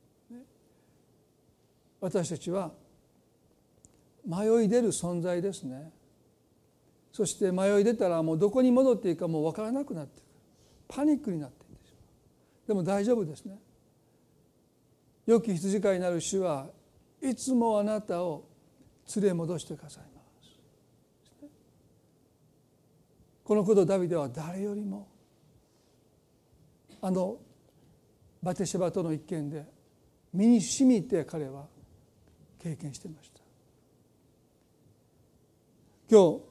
私たちは迷い出る存在ですね。そして迷い出たらもうどこに戻っていいかもう分からなくなっていく。パニックになっていってしまう。でも大丈夫ですね。良き羊飼いになる主はいつもあなたを連れ戻してくださいます。このことをダビデは誰よりもバテシェバとの一件で身に染みて彼は経験していました。今日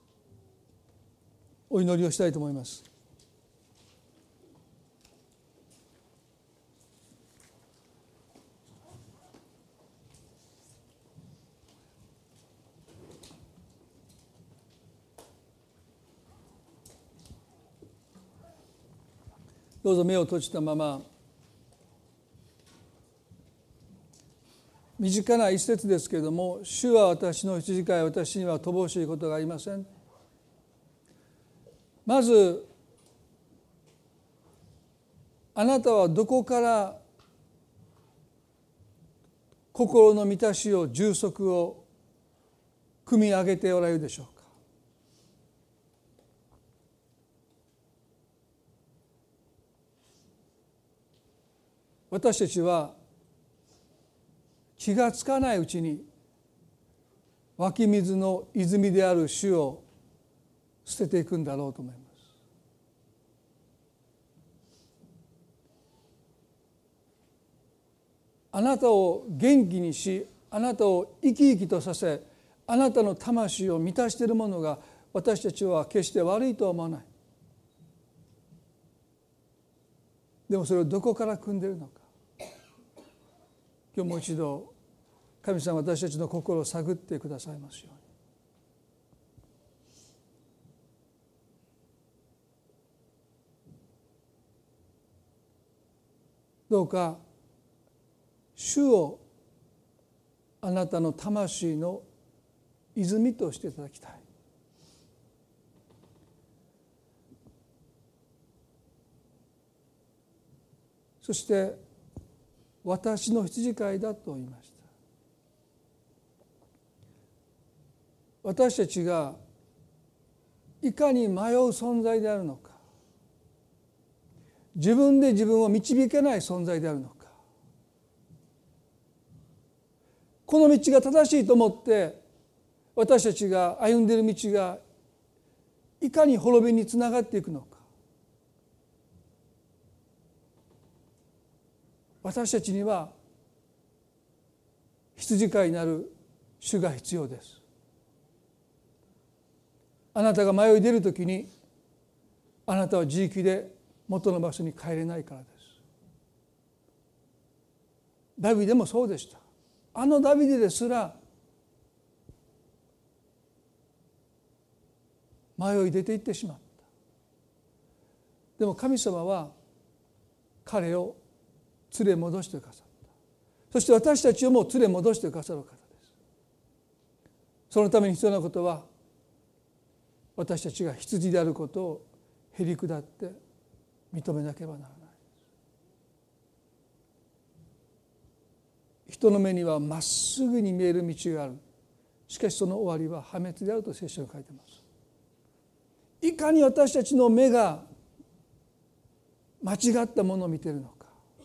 お祈りをしたいと思います。どうぞ目を閉じたまま、身近な一節ですけれども、主は私の羊飼い、私には乏しいことがありません。まずあなたはどこから心の満たしを充足を組み上げておられるでしょうか。私たちは気がつかないうちに湧き水の泉である主を捨てていくんだろうと思います。あなたを元気にし、あなたを生き生きとさせ、あなたの魂を満たしているものが私たちは決して悪いとは思わない。でもそれをどこから組んでいるのか。今日もう一度神様、私たちの心を探ってくださいますように。どうか主をあなたの魂の泉としていただきたい。そして私の羊飼いだと言いました。私たちがいかに迷う存在であるのか、自分で自分を導けない存在であるのか、この道が正しいと思って私たちが歩んでいる道がいかに滅びにつながっていくのか、 私たちには羊飼いになる主が必要です。あなたが迷い出るときにあなたは自力で元の場所に帰れないからです。ダビデもそうでした。あのダビデですら迷い出ていってしまった。でも神様は彼を連れ戻してくださった。そして私たちをも連れ戻してくださる方です。そのために必要なことは、私たちが羊であることをへり下って認めなければならない。人の目にはまっすぐに見える道がある。しかしその終わりは破滅であると聖書に書いています。いかに私たちの目が間違ったものを見ているのか、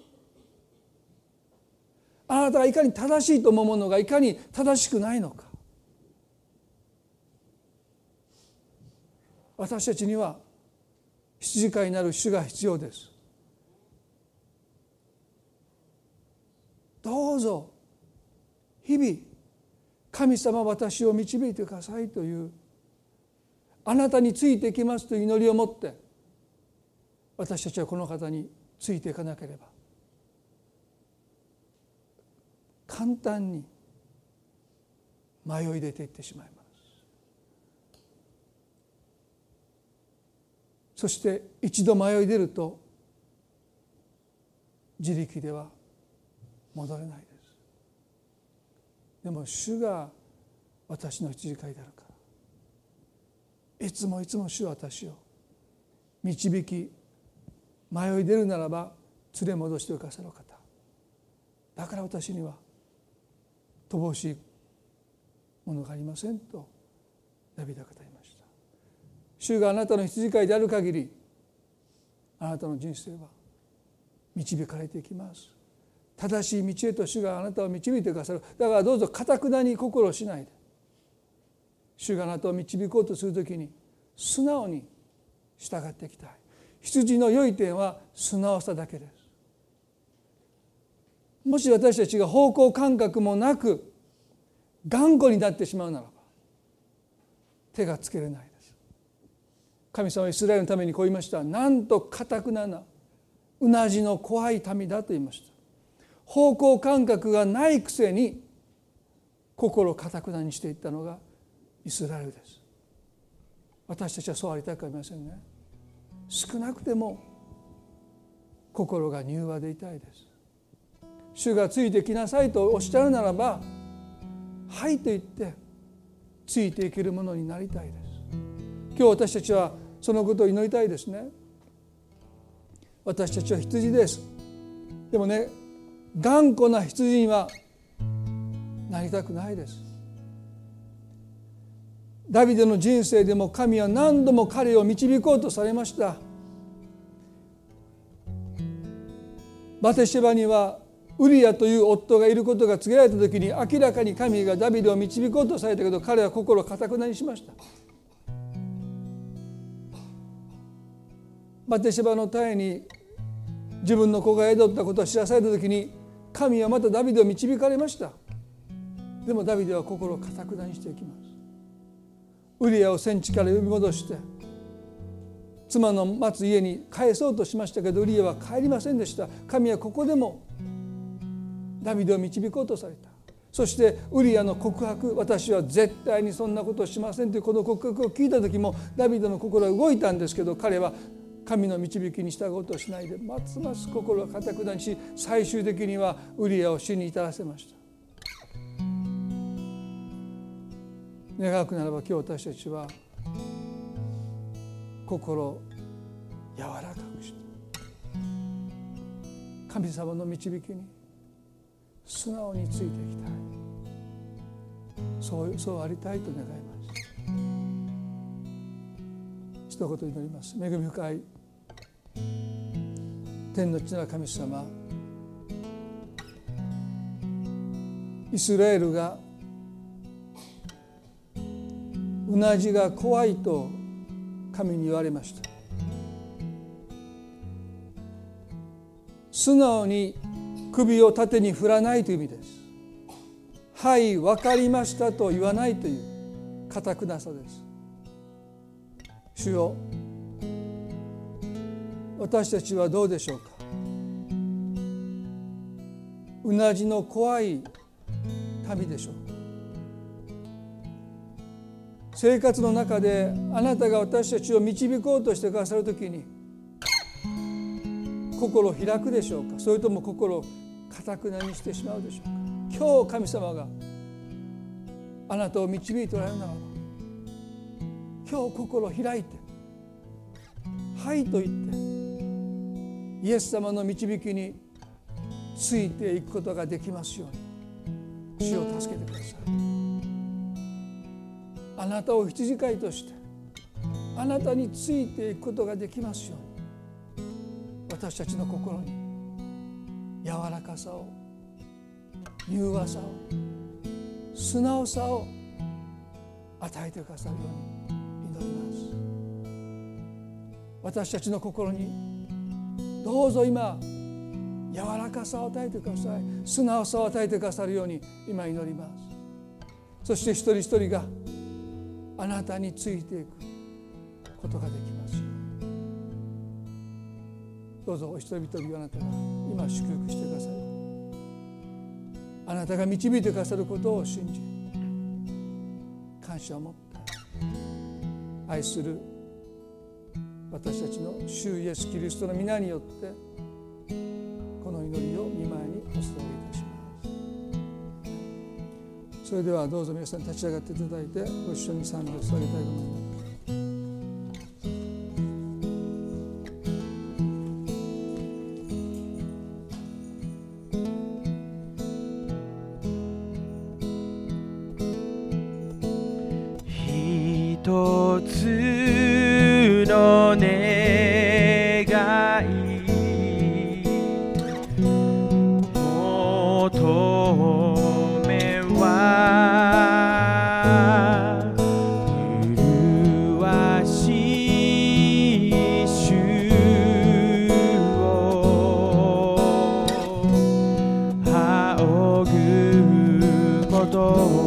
あなたがいかに正しいと思うものがいかに正しくないのか、私たちには羊飼いになる主が必要です。どうぞ日々神様私を導いてくださいという、あなたについていきますという祈りを持って私たちはこの方についていかなければ簡単に迷い出ていってしまいます。そして一度迷い出ると自力では戻れないです。でも主が私の羊飼いであるから、いつもいつも主は私を導き、迷い出るならば連れ戻してくださる方だから、私には乏しいものがありませんとダビデは語りました。主があなたの羊飼いである限り、あなたの人生は導かれていきます。正しい道へと主があなたを導いてくださる。だからどうぞ堅くなに心をしないで、主があなたを導こうとするときに素直に従っていきたい。羊の良い点は素直さだけです。もし私たちが方向感覚もなく頑固になってしまうならば手がつけれないです。神様はイスラエルのためにこう言いました。なんと堅くななうなじの怖い民だと言いました。方向感覚がないくせに心を堅くなにしていったのがイスラエルです。私たちはそうありたくありませんね。少なくても心が柔和でいたいです。主がついてきなさいとおっしゃるならば、はいと言ってついていけるものになりたいです。今日私たちはそのことを祈りたいですね。私たちは羊です。でもね、頑固な羊にはなりたくないです。ダビデの人生でも神は何度も彼を導こうとされました。バテシェバにはウリアという夫がいることが告げられた時に、明らかに神がダビデを導こうとされたけど、彼は心を堅くなにしました。バテシェバの胎に自分の子が宿ったことを知らされた時に、神はまたダビデを導かれました。でもダビデは心を堅くなにしていきます。ウリアを戦地から呼び戻して妻の待つ家に帰そうとしましたけど、ウリアは帰りませんでした。神はここでもダビデを導こうとされた。そしてウリアの告白、私は絶対にそんなことをしませんというこの告白を聞いた時もダビデの心は動いたんですけど、彼は神の導きに従おうとしないでますます心を堅くなにし、最終的にはウリアを死に至らせました。願くならば今日私たちは心を柔らかくして神様の導きに素直についていきたい、そうありたいと願います。一言祈ります。恵み深い天の地な神様、イスラエルがうなじが怖いと神に言われました。素直に首を縦に振らないという意味です。はい、分かりましたと言わないという固くなさです。主よ、私たちはどうでしょうか。うなじの怖い民でしょう。生活の中であなたが私たちを導こうとしてくださるときに心を開くでしょうか。それとも心を堅くなにしてしまうでしょうか。今日神様があなたを導いておられるならば、今日心を開いてはいと言ってイエス様の導きについていくことができますように主を助けてください。あなたを羊飼いとしてあなたについていくことができますように、私たちの心に柔らかさを、柔和さを、素直さを与えてくださるように祈ります。私たちの心にどうぞ今柔らかさを与えてください。素直さを与えてくださるように今祈ります。そして一人一人があなたについていくことができますように。どうぞお一人一人あなたが今祝福してください。あなたが導いてくださることを信じ、感謝を持って愛する私たちの主イエスキリストの皆によってこの祈りを御前にお捧げいたします。それではどうぞ皆さん立ち上がっていただいてご一緒に賛美を捧げたいと思います。 一つの願い求めは麗しい主を仰ぐこと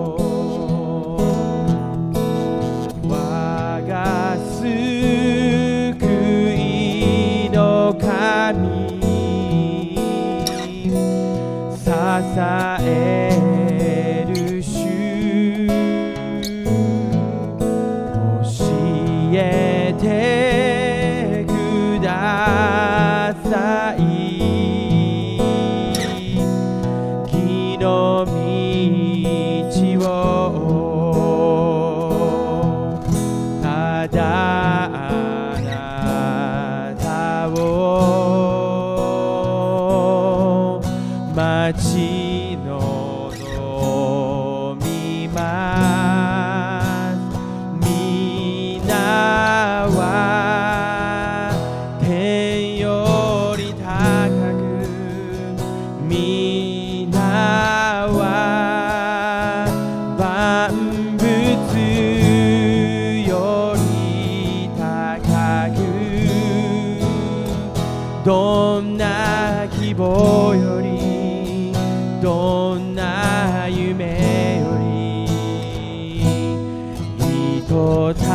支える主、教えてください。義の道をただあなたを待ち望みます。皆は天より高く、皆は万物より高く、どんな希望よりどんな夢より糸高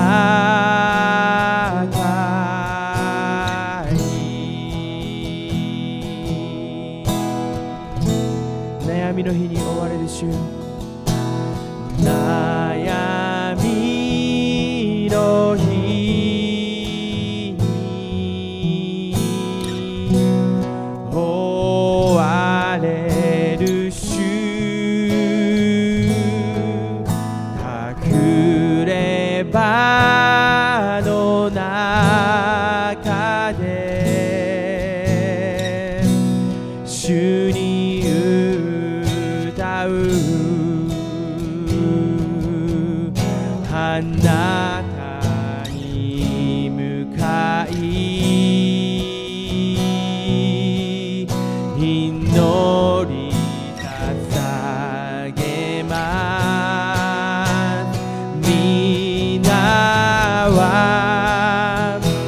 い。悩みの日に追われる主、悩みの日に追われる主、隠れ場の中で主に歌う、あなたに向かい祈り捧げます。皆は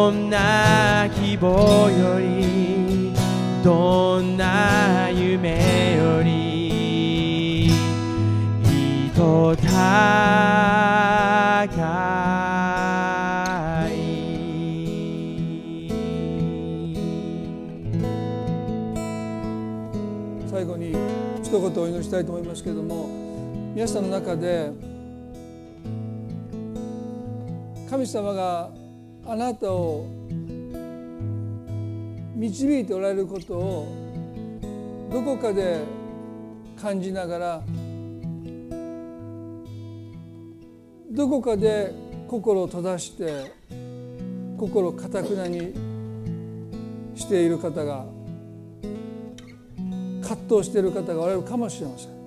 どんな希望よりどんな夢より糸高い。 最後に一言お祈りしたいと思いますけれども、皆さんの中で神様があなたを導いておられることをどこかで感じながら、どこかで心を閉ざして心を堅くなにしている方が、葛藤している方がおられるかもしれません。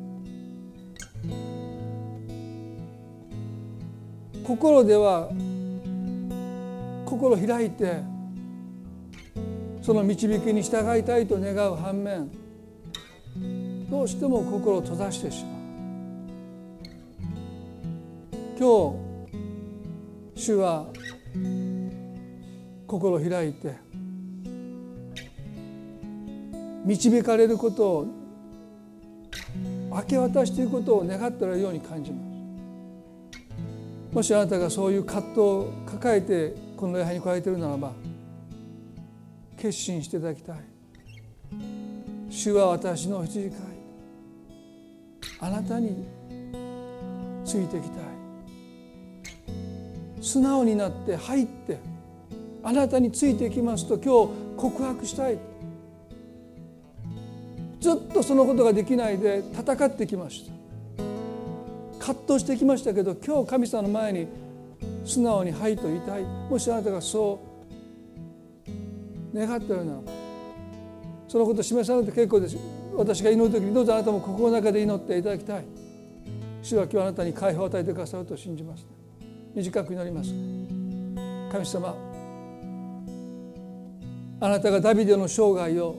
心では心を開いてその導きに従いたいと願う反面、どうしても心を閉ざしてしまう。今日主は心を開いて導かれることを明け渡していることを願っておられるように感じます。もしあなたがそういう葛藤を抱えてこの礼拝に来られているならば、決心していただきたい。主は私の羊飼い、あなたについていきたい。素直になって入ってあなたについていきますと今日告白したい。ずっとそのことができないで戦ってきました。葛藤してきましたけど、今日神様の前に素直にはいと言いたい。もしあなたがそう願っているならば、そのことを示さなくて結構です。私が祈るときにどうぞあなたも心の中で祈っていただきたい。主は今日あなたに解放を与えてくださると信じます。短く祈ります。神様、あなたがダビデの生涯を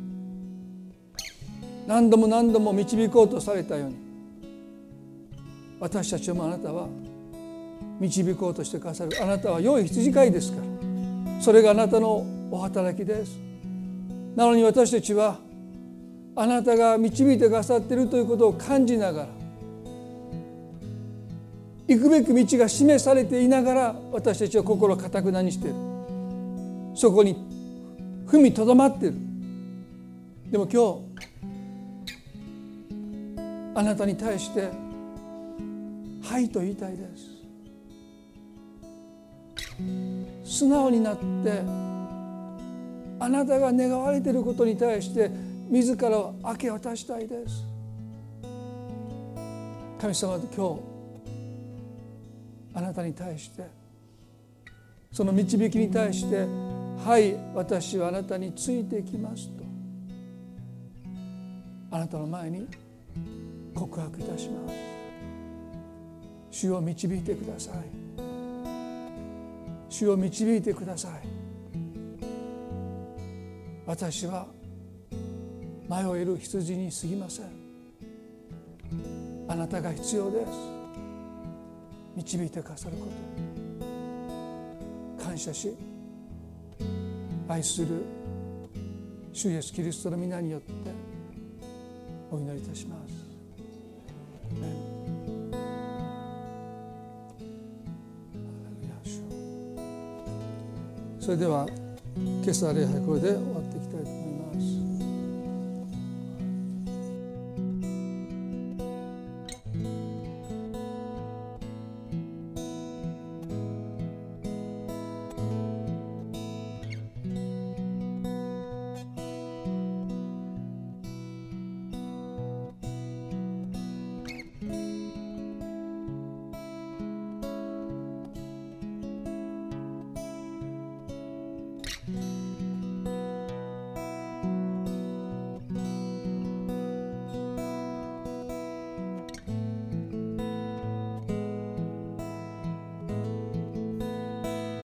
何度も何度も導こうとされたように、私たちもあなたは導こうとしてくださる。あなたは良い羊飼いですから、それがあなたのお働きです。なのに私たちはあなたが導いてくださっているということを感じながら、行くべき道が示されていながら、私たちは心を堅くなにしている。そこに踏みとどまっている。でも今日あなたに対してはいと言いたいです。素直になってあなたが願われていることに対して自らを明け渡したいです。神様、今日あなたに対してその導きに対してはい、私はあなたについていきますとあなたの前に告白いたします。主を導いてください。主を導いてください。私は迷える羊に過ぎません。あなたが必要です。導いてくださること感謝し、愛する主イエスキリストの皆によってお祈りいたします。それでは今朝礼拝これで終わります。